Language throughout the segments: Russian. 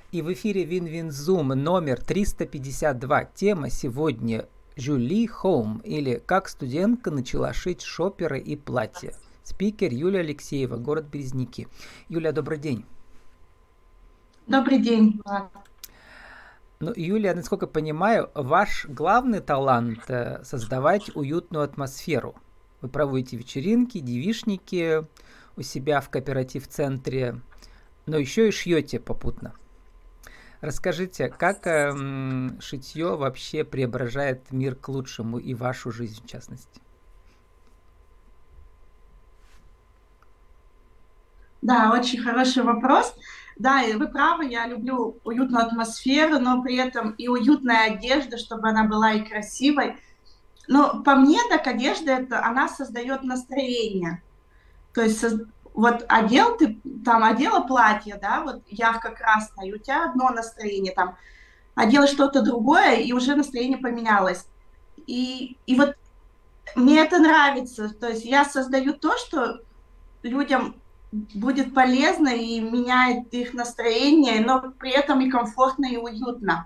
И в эфире Вин-Вин-Зум номер 352. Тема сегодня Жюли Хоум, или «Как студентка начала шить шоперы и платья». Спикер Юлия Алексеева, город Березники. Юля, добрый день. Добрый день. Ну, Юлия, насколько понимаю, ваш главный талант создавать уютную атмосферу. Вы проводите вечеринки, девичники у себя в кооператив-центре, но еще и шьете попутно. Расскажите, как шитье вообще преображает мир к лучшему и вашу жизнь в частности? Да, очень хороший вопрос. Да, и вы правы, я люблю уютную атмосферу, но при этом и уютная одежда, чтобы она была и красивой. Но по мне, так одежда это, она создает настроение. То есть вот одел ты, там, одела платье, да, вот ярко-красное, и у тебя одно настроение, там, одела что-то другое, и уже настроение поменялось. И вот мне это нравится. То есть я создаю то, что людям будет полезно и меняет их настроение, но при этом и комфортно, и уютно.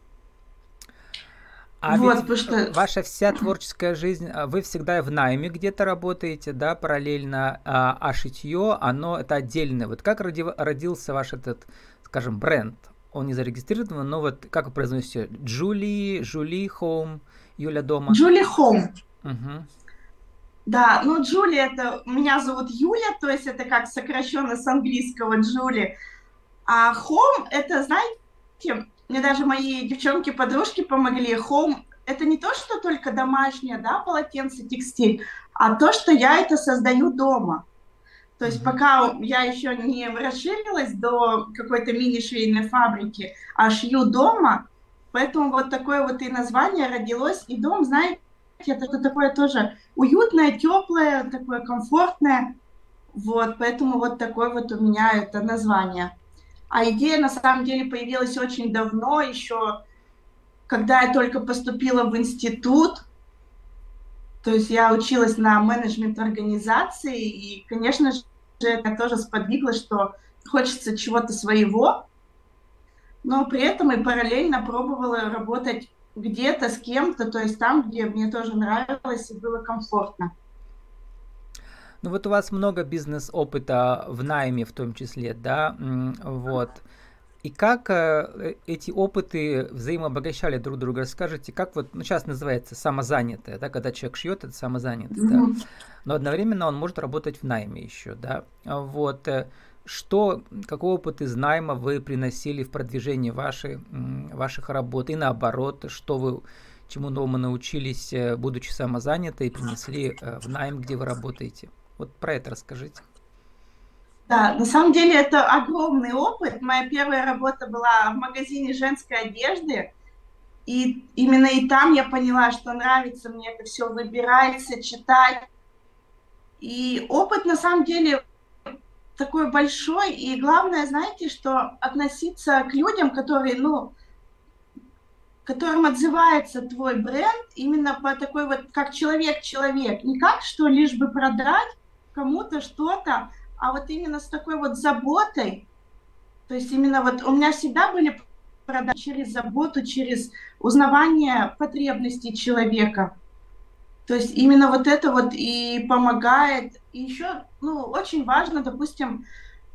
А Вот, ведь потому что, ваша вся творческая жизнь, вы всегда в найме где-то работаете, да, параллельно, а шитье, оно это отдельное. Вот как родился ваш этот, скажем, бренд? Он не зарегистрирован, но вот как вы произносите? Жули Хоум, Юля дома. Джули Холм. Угу. Да, ну Джули это, меня зовут Юля, то есть это как сокращенно с английского Джули. А Home это, знаете, мне даже мои девчонки-подружки помогли. Home это не то, что только домашнее, да, полотенце, текстиль, а то, что я это создаю дома. То есть Угу. пока я еще не расширилась до какой-то мини-швейной фабрики, а шью дома, поэтому вот такое вот и название родилось. И дом, знаете, это такое тоже уютное, теплое, такое комфортное. Вот, поэтому вот такое вот у меня это название. А идея на самом деле появилась очень давно, еще когда я только поступила в институт. То есть я училась на менеджмент организации, и, конечно же, это тоже сподвигло, что хочется чего-то своего, но при этом и параллельно пробовала работать где-то с кем-то, то есть там, где мне тоже нравилось и было комфортно. Ну вот у вас много бизнес-опыта в найме в том числе, да, вот. И как эти опыты взаимообогащали друг друга? Расскажите, как вот, ну сейчас называется самозанятое, да, когда человек шьет, это самозанятый, да, Мгм. но одновременно он может работать в найме еще, да. Вот, что, какой опыт из найма вы приносили в продвижении ваших работ и наоборот, что вы, чему новому научились, будучи самозанятой, и принесли в найм, где вы работаете? Вот про это расскажите. Да, на самом деле это огромный опыт. Моя первая работа была в магазине женской одежды, и именно и там я поняла, что нравится мне это все выбирать, сочетать. И опыт на самом деле такой большой, и главное, знаете, что относиться к людям, которые, ну, которым отзывается твой бренд, именно по такой вот, как человек-человек, не как что лишь бы продать кому-то что-то, а вот именно с такой вот заботой. То есть именно вот у меня всегда были продажи через заботу, через узнавание потребностей человека. То есть именно вот это вот и помогает. И еще, ну, очень важно, допустим,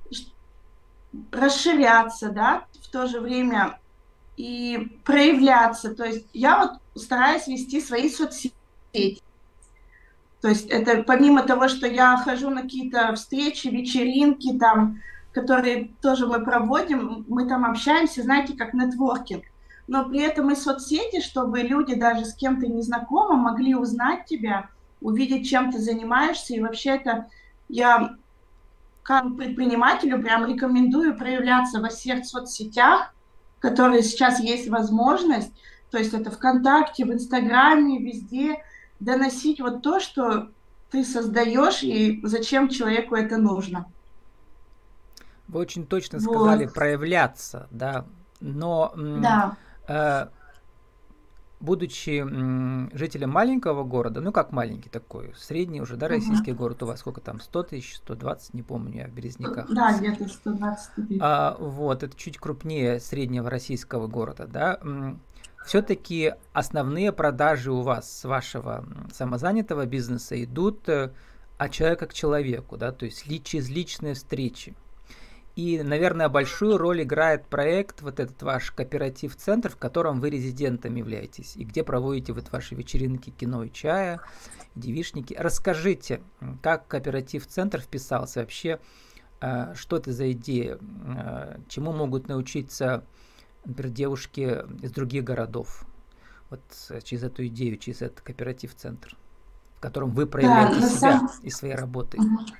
расширяться, да, в то же время и проявляться. То есть я вот стараюсь вести свои соцсети. То есть это помимо того, что я хожу на какие-то встречи, вечеринки там, которые тоже мы проводим, мы там общаемся, знаете, как нетворкинг. Но при этом и соцсети, чтобы люди даже с кем-то незнакомым могли узнать тебя, увидеть, чем ты занимаешься. И вообще это я как предпринимателю прям рекомендую проявляться во всех соцсетях, которые сейчас есть возможность. То есть это ВКонтакте, в Инстаграме, везде доносить вот то, что ты создаешь и зачем человеку это нужно. Вы очень точно сказали Вот, проявляться, да, но да. э, будучи жителем маленького города, ну как маленький такой, средний уже, да, российский город у вас, сколько там, 100 тысяч, 120, не помню, я в Березниках. Да, где-то 120 тысяч. Вот, это чуть крупнее среднего российского города, да. Все-таки основные продажи у вас с вашего самозанятого бизнеса идут от человека к человеку, да, то есть через личные встречи. И, наверное, большую роль играет проект, вот этот ваш кооператив-центр, в котором вы резидентом являетесь, и где проводите вот ваши вечеринки кино и чая, девичники. Расскажите, как кооператив-центр вписался вообще, что это за идея, чему могут научиться, например, девушки из других городов, вот через эту идею, через этот кооператив-центр, в котором вы проявляете себя и своей работы.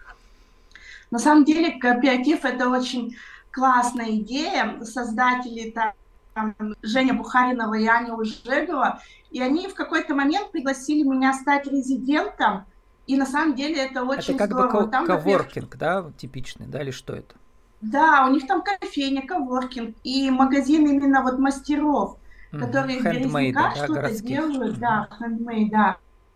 На самом деле кооператив – это очень классная идея. Создатели там Женя Бухаринова и Аня Ужегова. И они в какой-то момент пригласили меня стать резидентом. И на самом деле это очень здорово. Это как бы коворкинг, да, типичный, да, или что это? Да, у них там кофейня, коворкинг и магазин именно вот мастеров, которые в Березниках что-то делают. Да, хендмейд, да.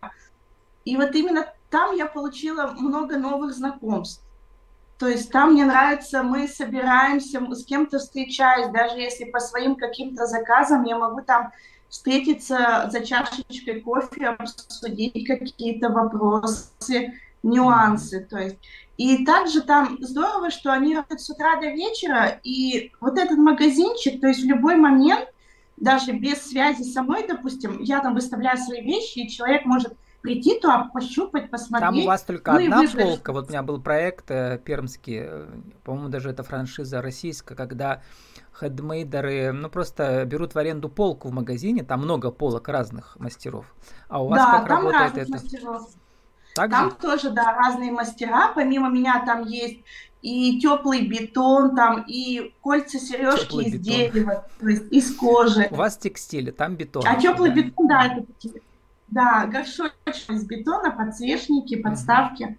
И вот именно там я получила много новых знакомств. То есть там мне нравится, мы собираемся, с кем-то встречаюсь, даже если по своим каким-то заказам я могу там встретиться за чашечкой кофе, обсудить какие-то вопросы, нюансы. То есть. И также там здорово, что они работают с утра до вечера, и вот этот магазинчик, то есть в любой момент, даже без связи со мной, допустим, я там выставляю свои вещи, и человек может прийти туда, пощупать, посмотреть. Там у вас только одна полка. Вот у меня был проект пермский, по-моему, даже это франшиза российская, когда хендмейдеры, ну, просто берут в аренду полку в магазине, там много полок разных мастеров. А у вас как там работает разных это? Мастеров. Так там же? Тоже, да, разные мастера. Помимо меня там есть и теплый бетон, там и кольца, сережки из дерева, то есть из кожи. У вас текстиль, там бетон. А теплый бетон, да, это такие. Да, горшочек из бетона, подсвечники, подставки.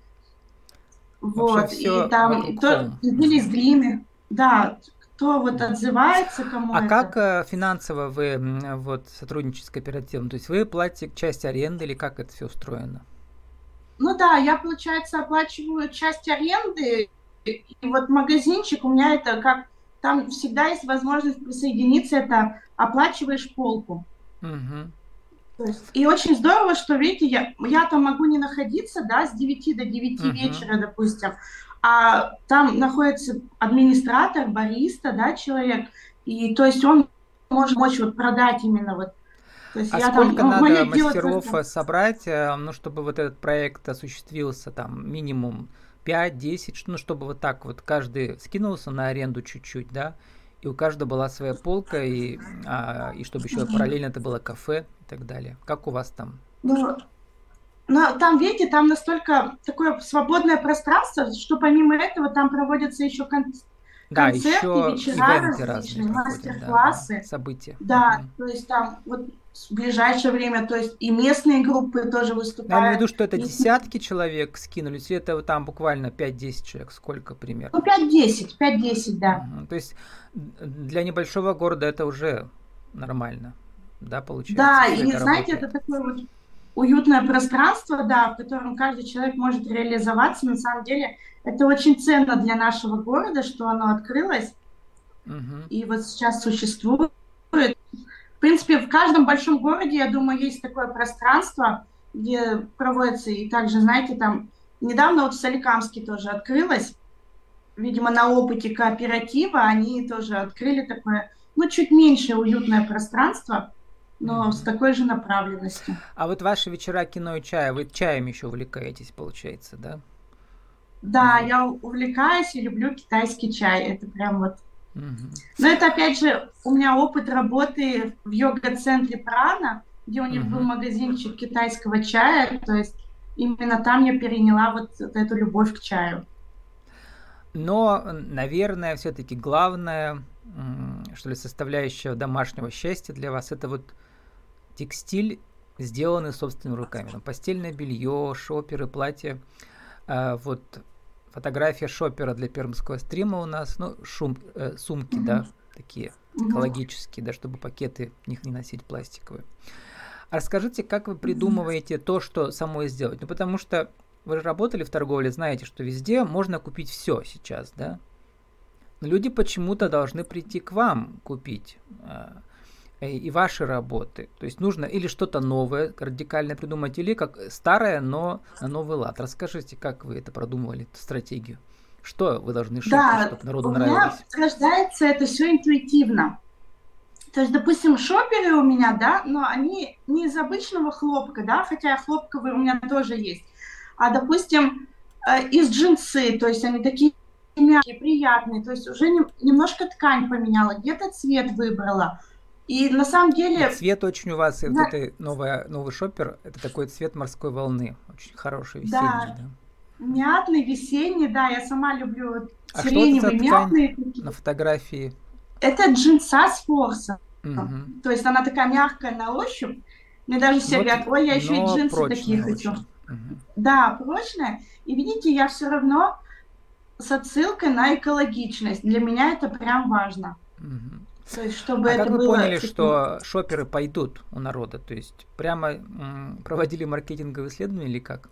Вот, и там изделия из глины. Да, кто вот отзывается, кому это. Как финансово вы вот сотрудничаете с кооперативом? То есть вы платите часть аренды или как это все устроено? Ну да, я, получается, оплачиваю часть аренды, и вот магазинчик у меня это как, там всегда есть возможность присоединиться, это оплачиваешь полку. И очень здорово, что, видите, я там могу не находиться, да, с 9 до 9 вечера, допустим, а там находится администратор, бариста, да, человек, и то есть он может помочь вот продать именно вот. То есть сколько надо мастеров собрать, ну, чтобы вот этот проект осуществился, там, минимум 5-10, ну, чтобы вот так вот каждый скинулся на аренду чуть-чуть, да, и у каждого была своя полка, и чтобы еще параллельно это было кафе и так далее. Как у вас там? Ну, там, видите, там настолько такое свободное пространство, что помимо этого там проводятся еще концерты, вечера различные, мастер-классы. Да, события. Да, то есть там вот в ближайшее время, то есть и местные группы тоже выступают. Я имею в виду, что это десятки человек скинулись, или это там буквально 5-10 человек, сколько примерно? Ну, 5-10, да. То есть для небольшого города это уже нормально, да, получается? Да, и знаете, это такое вот уютное пространство, да, в котором каждый человек может реализоваться. На самом деле это очень ценно для нашего города, что оно открылось и вот сейчас существует. В принципе, в каждом большом городе, я думаю, есть такое пространство, где проводится, и также, знаете, там недавно вот в Соликамске тоже открылось, видимо, на опыте кооператива они тоже открыли такое, ну, чуть меньшее уютное пространство, но с такой же направленностью. А вот ваши вечера кино и чая, вы чаем еще увлекаетесь, получается, да? Да, я увлекаюсь и люблю китайский чай, это прям вот. Но это, опять же, у меня опыт работы в йога-центре Прана, где у них был магазинчик китайского чая, то есть именно там я переняла вот эту любовь к чаю. Но, наверное, все-таки главное, что ли, составляющая домашнего счастья для вас, это вот текстиль, сделанный собственными руками. Там постельное белье, шоперы, платья. Вот фотография шопера для пермского стрима у нас, ну, сумки, да, такие экологические, да, чтобы пакеты в них не носить пластиковые. А расскажите, как вы придумываете то, что самой сделать? Ну, потому что вы же работали в торговле, знаете, что везде можно купить все сейчас, да? Но люди почему-то должны прийти к вам купить и ваши работы. То есть нужно или что-то новое радикально придумать, или как старое, но на новый лад. Расскажите, как вы это продумывали, эту стратегию? Что вы должны шить, Да, чтобы народу у меня нравилось? рождается это все интуитивно. То есть, допустим, шоперы у меня, да, но они не из обычного хлопка, да, хотя хлопковые у меня тоже есть, а, допустим, из джинсы, то есть они такие мягкие, приятные, то есть уже немножко ткань поменяла, где-то цвет выбрала. И на самом И деле, цвет очень у вас, и вот да, это новый шопер, это такой цвет морской волны. Очень хороший, весенний, да, да. мятный, весенний, да, я сама люблю вот А что это за сиреневый, ткань мятный. на фотографии? Это джинса с форсом. Мгм. То есть она такая мягкая на ощупь. Мне даже все Ну вот, говорят, ой, я еще и но джинсы такие прочная хочу. очень. Мгм. Да, прочная. И видите, я все равно с отсылкой на экологичность. Для меня это прям важно. Мгм. То есть, чтобы А как это вы было поняли, таким... что шоперы пойдут у народа? То есть прямо проводили маркетинговые исследования или как?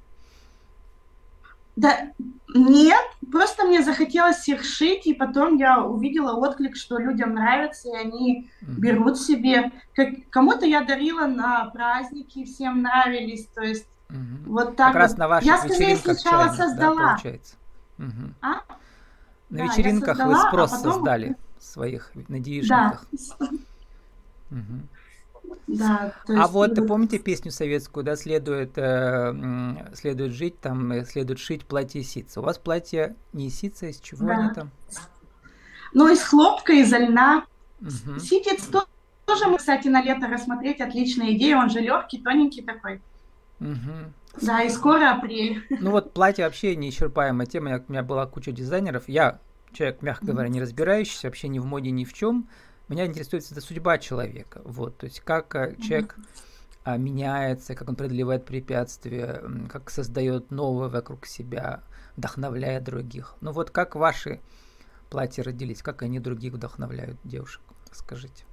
Да, нет, просто мне захотелось их шить, и потом я увидела отклик, что людям нравится, и они Мгм. берут себе. Кому-то я дарила на праздники, всем нравились, то есть Мгм. вот Как так вот. раз на Я ваших скорее вечеринках сначала чайных, да, создала, получается? Мгм. а? На Да, я вечеринках вы создала, а спрос потом, создали своих, на да, девичниках. Мгм. да, то А есть, и вот вот, помните песню советскую, да, следует жить, там, следует шить платье и ситца. У вас платье не из ситца, из чего они да. там? Ну, из хлопка, из льна. Мгм. Ситец тоже, мы, кстати, на лето рассмотреть, отличная идея, он же легкий, тоненький такой. Мгм. Да, и скоро апрель. Ну вот платье вообще неисчерпаемая тема. У меня была куча дизайнеров. Я человек, мягко говоря, не разбирающийся вообще ни в моде, ни в чем. Меня интересует всегда судьба человека. Вот, то есть как человек меняется, как он преодолевает препятствия, как создает новое вокруг себя, вдохновляя других. Ну вот как ваши платья родились, как они других вдохновляют, девушек? Скажите.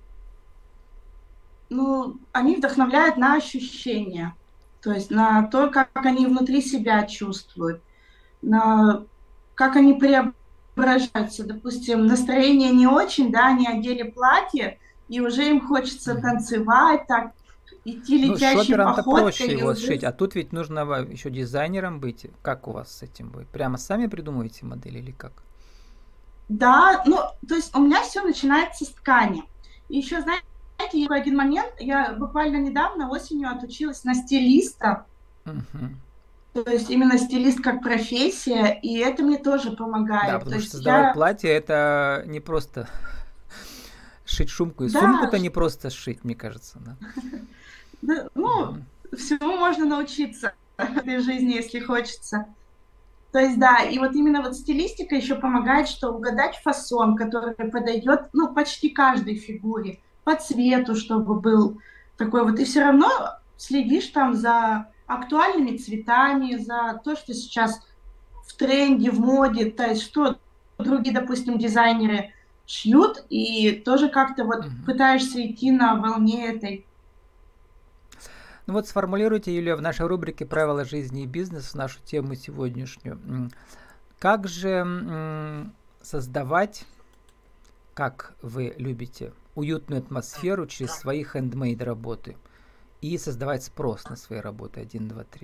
Ну, они вдохновляют на ощущения, то есть на то, как они внутри себя чувствуют, на как они преображаются. Допустим, настроение не очень, да, они одели платье, и уже им хочется Мгм. танцевать, так, идти Ну, с летящей шопером-то проще походкой, и его уже... сшить, а тут ведь нужно еще дизайнером быть. Как у вас с этим будет? Прямо сами придумываете модель или как? Да, ну, то есть у меня все начинается с ткани. И еще, знаете, есть такой один момент, я буквально недавно осенью отучилась на стилиста, Мгм. то есть именно стилист как профессия, и это мне тоже Да, помогает. То потому что есть создавать я, платье это не просто сшить шумку. И да, сумку-то не просто сшить, мне кажется, да. да, ну, Мгм. всему можно научиться в этой жизни, если хочется. То есть, да, и вот именно вот стилистика еще помогает, что угадать фасон, который подойдет, ну, почти каждой фигуре, по цвету, чтобы был такой вот. И все равно следишь там за актуальными цветами, за то, что сейчас в тренде, в моде, то есть что другие, допустим, дизайнеры шьют, и тоже как-то вот Мгм. пытаешься идти на волне этой. Ну вот сформулируйте, Юлия, в нашей рубрике «Правила жизни и бизнеса» нашу тему сегодняшнюю. Как же создавать, как вы любите, уютную атмосферу через свои хендмейд работы и создавать спрос на свои работы? 1, 2, 3.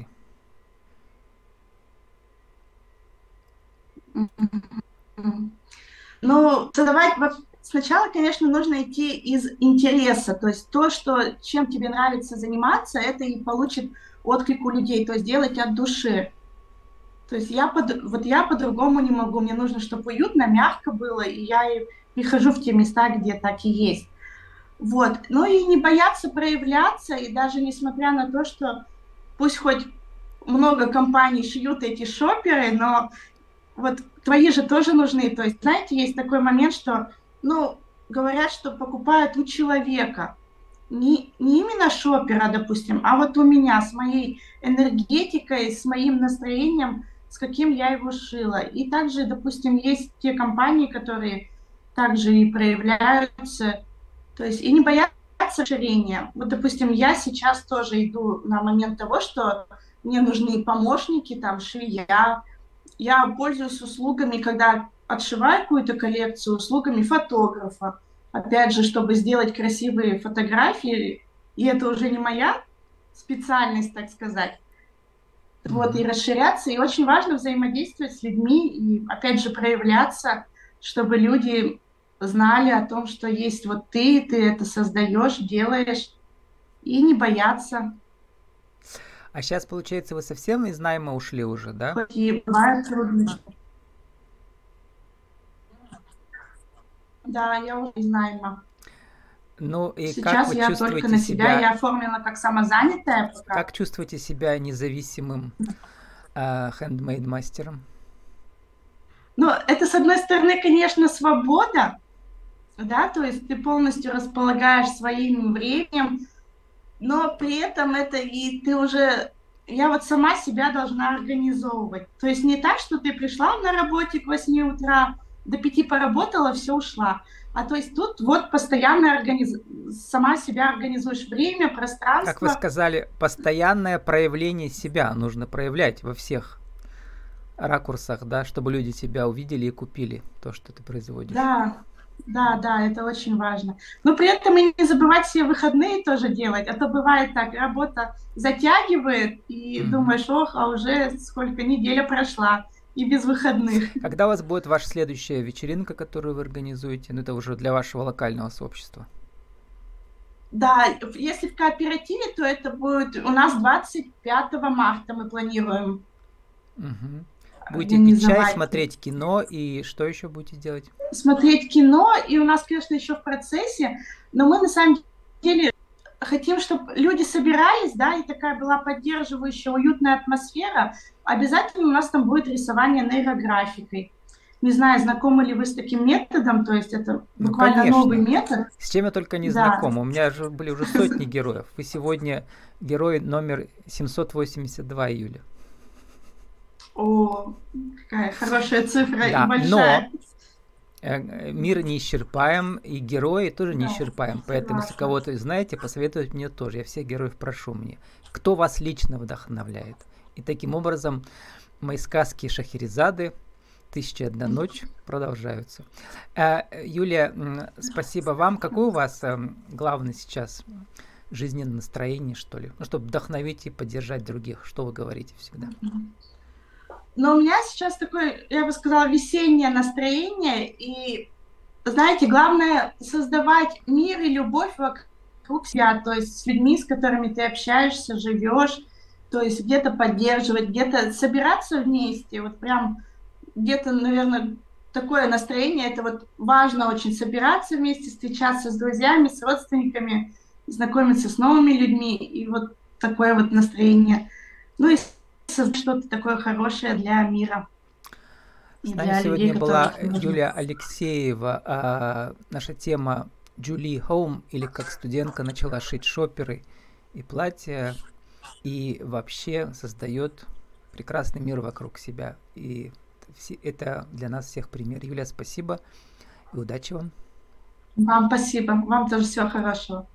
Ну, создавать сначала, конечно, нужно идти из интереса, то есть то, что, чем тебе нравится заниматься, это и получит отклик у людей, то есть делать от души. То есть вот я по-другому не могу, мне нужно, чтобы уютно, мягко было, и я и прихожу в те места, где так и есть. Вот. Ну и не бояться проявляться, и даже несмотря на то, что пусть хоть много компаний шьют эти шоперы, но вот твои же тоже нужны. То есть, знаете, есть такой момент, что, ну, говорят, что покупают у человека. Не именно шопера, допустим, а вот у меня с моей энергетикой, с моим настроением, с каким я его шила. И также, допустим, есть те компании, которые также и проявляются. То есть и не бояться бояться расширения. Вот, допустим, я сейчас тоже иду на момент того, что мне нужны помощники, там, швея. Я пользуюсь услугами, когда отшиваю какую-то коллекцию, услугами фотографа. Опять же, чтобы сделать красивые фотографии, и это уже не моя специальность, так сказать. Вот, и расширяться. И очень важно взаимодействовать с людьми и, опять же, проявляться, чтобы люди знали о том, что есть вот ты это создаешь, делаешь, и не бояться. А сейчас, получается, вы совсем из найма ушли уже, да? Хоть и бывают трудности. Да, я уже из найма. Ну и как Сейчас вы я только чувствуете на себя, я себя, оформлена как самозанятая пока. как чувствуете себя независимым хендмейд-мастером? Ну, это, с одной стороны, конечно, свобода, да, то есть ты полностью располагаешь своим временем, но при этом это и ты уже, я вот сама себя должна организовывать. То есть не так, что ты пришла на работе к 8 утра, до 5 поработала, все ушла. А то есть тут вот постоянно сама себя организуешь время, Как вы пространство. сказали, постоянное проявление себя нужно проявлять во всех ракурсах, да, чтобы люди тебя увидели и купили то, что ты производишь. Да, да, это очень важно. Но при этом и не забывать все выходные тоже делать. А то бывает так, работа затягивает, и думаешь, ох, а уже сколько, неделя прошла, и без выходных. Когда у вас будет ваша следующая вечеринка, которую вы организуете? Ну, это уже для вашего локального сообщества. Да, если в кооперативе, то это будет у нас 25 марта мы планируем Будете пить чай, организовать. смотреть кино, и что еще будете делать? Смотреть кино, и у нас, конечно, еще в процессе, но мы на самом деле хотим, чтобы люди собирались, да, и такая была поддерживающая, уютная атмосфера. Обязательно у нас там будет рисование нейрографикой. Не знаю, знакомы ли вы с таким методом, то есть это буквально конечно. новый метод. С чем я только не знаком. У меня же были уже сотни героев. Вы сегодня герой номер 782, Юля. О, какая хорошая цифра, да, и большая. Но мир неисчерпаем, и герои тоже неисчерпаем. Поэтому, если кого-то знаете, посоветуйте мне тоже. Я всех героев прошу мне. Кто вас лично вдохновляет? И таким образом мои сказки Шахерезады, «Тысяча и одна ночь» продолжаются. Юлия, спасибо вам. Какое у вас главное сейчас жизненное настроение, что ли? Ну, чтобы вдохновить и поддержать других. Что вы говорите всегда? Но у меня сейчас такое, я бы сказала, весеннее настроение. И, знаете, главное создавать мир и любовь вокруг себя. То есть с людьми, с которыми ты общаешься, живешь. То есть где-то поддерживать, где-то собираться вместе. Вот прям где-то, наверное, такое настроение. Это вот важно очень собираться вместе, встречаться с друзьями, с родственниками, знакомиться с новыми людьми. И вот такое вот настроение. Ну и создать что-то такое хорошее для мира. С нами сегодня была Юлия Алексеева. Наша тема Julie Home, или как студентка начала шить шоперы и платья, и вообще создает прекрасный мир вокруг себя. И это для нас всех пример. Юлия, спасибо и удачи вам. Вам спасибо. Вам тоже всего хорошего.